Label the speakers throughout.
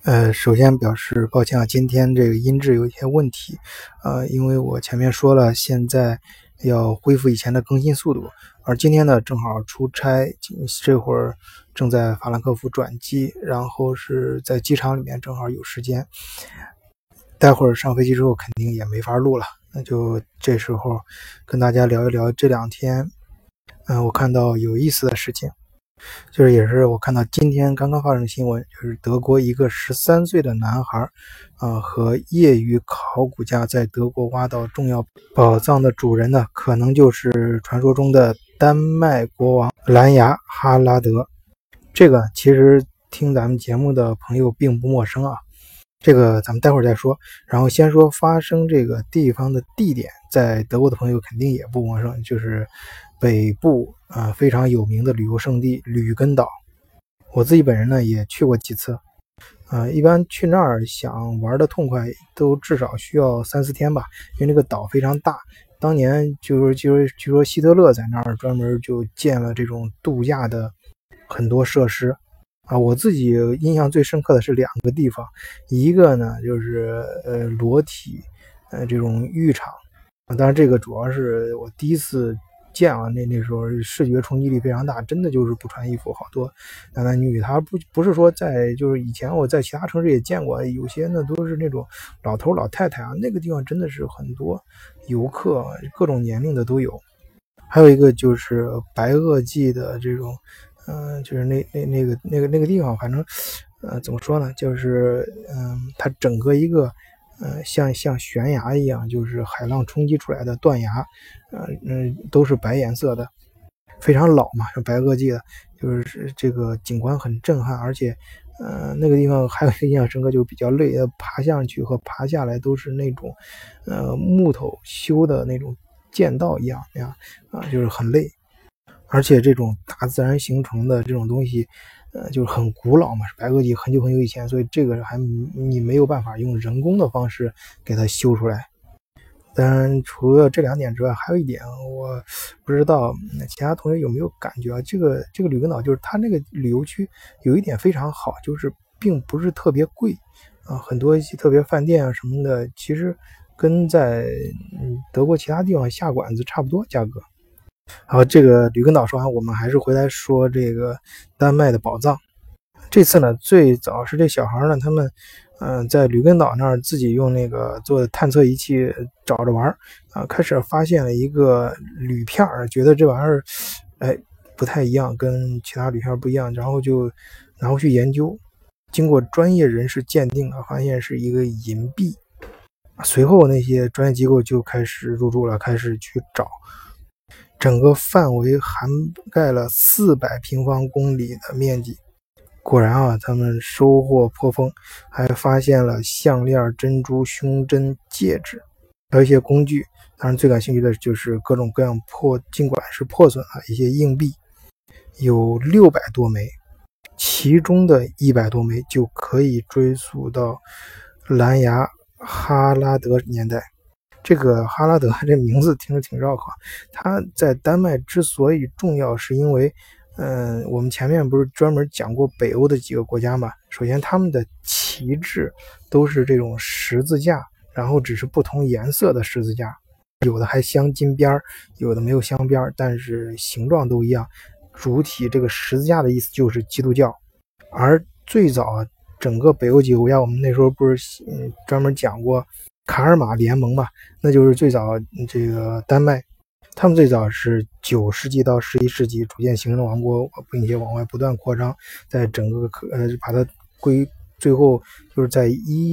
Speaker 1: 首先表示抱歉啊，今天这个音质有一些问题，因为我前面说了，现在要恢复以前的更新速度，而今天呢正好出差，这会儿正在法兰克福转机，然后是在机场里面正好有时间，待会儿上飞机之后肯定也没法录了，那就这时候跟大家聊一聊这两天，我看到有意思的事情。就是也是我看到今天刚刚发生的新闻，就是德国一个13岁的男孩，和业余考古家在德国挖到重要宝藏的主人呢，可能就是传说中的丹麦国王兰牙哈拉德。这个其实听咱们节目的朋友并不陌生啊，这个咱们待会儿再说。然后先说发生这个地方的地点，在德国的朋友肯定也不陌生，就是北部非常有名的旅游胜地吕根岛。我自己本人呢也去过几次，一般去那儿想玩的痛快都至少需要3-4天吧，因为那个岛非常大。当年据说希特勒在那儿专门就建了这种度假的很多设施。我自己印象最深刻的是2个地方，一个呢就是裸体这种浴场，当然这个主要是我第一次见啊，那时候视觉冲击力非常大，真的就是不穿衣服，好多男男女女，他不是说就是以前我在其他城市也见过，有些呢都是那种老头老太太啊，那个地方真的是很多游客，各种年龄的都有。还有一个就是白垩纪的这种。就是那个地方，反正怎么说呢，就是它整个一个像悬崖一样，就是海浪冲击出来的断崖，都是白颜色的，非常老嘛，是白垩纪的，就是这个景观很震撼，而且那个地方还有一个印象深刻，就是比较累，爬上去和爬下来都是那种木头修的那种剑道一样就是很累。而且这种大自然形成的这种东西，就是很古老嘛，是白垩纪很久很久以前，所以这个你没有办法用人工的方式给它修出来。当然，除了这2点之外，还有一点我不知道其他同学有没有感觉啊？这个吕根岛就是它那个旅游区有一点非常好，就是并不是特别贵很多一些特别饭店啊什么的，其实跟在德国其他地方下馆子差不多价格。好，这个吕根岛说完，我们还是回来说这个丹麦的宝藏。这次呢，最早是这小孩呢，他们在吕根岛那儿自己用那个做探测仪器找着玩开始发现了一个铝片，觉得这玩意儿不太一样，跟其他铝片不一样，然后就拿回去研究，经过专业人士鉴定发现是一个银币。随后那些专业机构就开始入驻了，开始去找。整个范围涵盖了400平方公里的面积。果然他们收获颇丰，还发现了项链、珍珠、胸针、戒指，还有一些工具。当然最感兴趣的就是各种各样尽管是破损一些硬币，有600多枚，其中的100多枚就可以追溯到兰牙哈拉德年代。这个哈拉德这名字听着挺绕口，他在丹麦之所以重要，是因为我们前面不是专门讲过北欧的几个国家嘛？首先他们的旗帜都是这种十字架，然后只是不同颜色的十字架，有的还镶金边，有的没有镶边，但是形状都一样。主体这个十字架的意思就是基督教。而最早整个北欧几个国家，我们那时候不是专门讲过卡尔马联盟嘛，那就是最早这个丹麦，他们最早是9世纪到11世纪逐渐形成王国，并且往外不断扩张，在整个把它最后就是在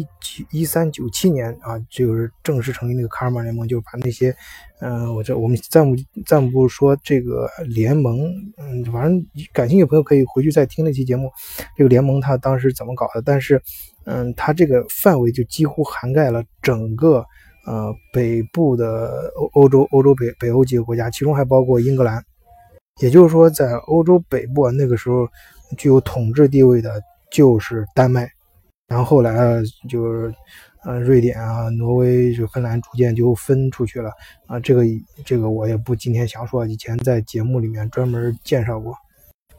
Speaker 1: 1397年就是正式成立那个卡尔马联盟，就把那些我们暂不说这个联盟，反正感兴趣的朋友可以回去再听那期节目，这个联盟它当时怎么搞的，但是它这个范围就几乎涵盖了整个北部的欧洲北欧几个国家，其中还包括英格兰。也就是说在欧洲北部那个时候具有统治地位的就是丹麦，然后后来就是瑞典挪威芬兰逐渐就分出去了这个我也不今天详说，以前在节目里面专门介绍过。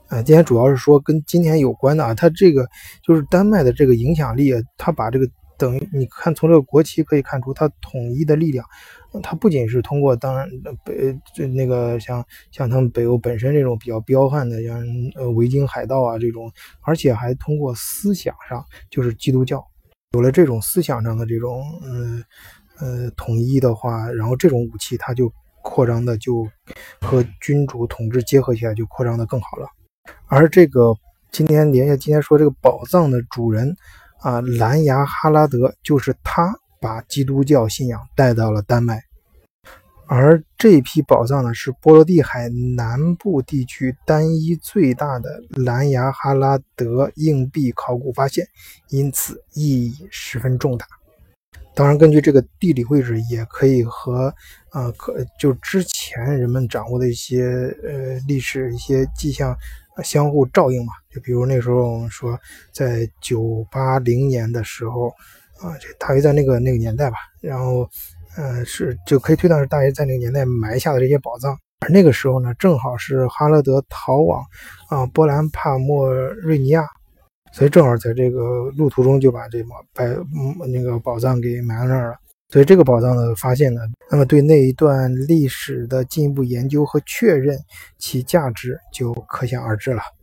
Speaker 1: 今天主要是说跟今天有关的啊，它这个就是丹麦的这个影响力，它把这个等于你看从这个国旗可以看出它统一的力量，它不仅是通过当然那个像他们北欧本身这种比较彪悍的像维京海盗啊这种，而且还通过思想上就是基督教有了这种思想上的这种统一的话，然后这种武器它就扩张的就和君主统治结合起来就扩张的更好了。而这个今天说这个宝藏的主人啊，兰牙哈拉德，就是他把基督教信仰带到了丹麦。而这批宝藏呢，是波罗的海南部地区单一最大的兰牙哈拉德硬币考古发现，因此意义十分重大。当然，根据这个地理位置，也可以和就之前人们掌握的一些历史一些迹象相互照应嘛。就比如那时候我们说，在980年的时候这大约在那个年代吧，然后就可以推断是大约在那个年代埋下的这些宝藏。而那个时候呢，正好是哈勒德逃往波兰帕莫瑞尼亚。所以正好在这个路途中就把那个宝藏给埋到那儿了。所以这个宝藏的发现呢，那么对那一段历史的进一步研究和确认其价值就可想而知了。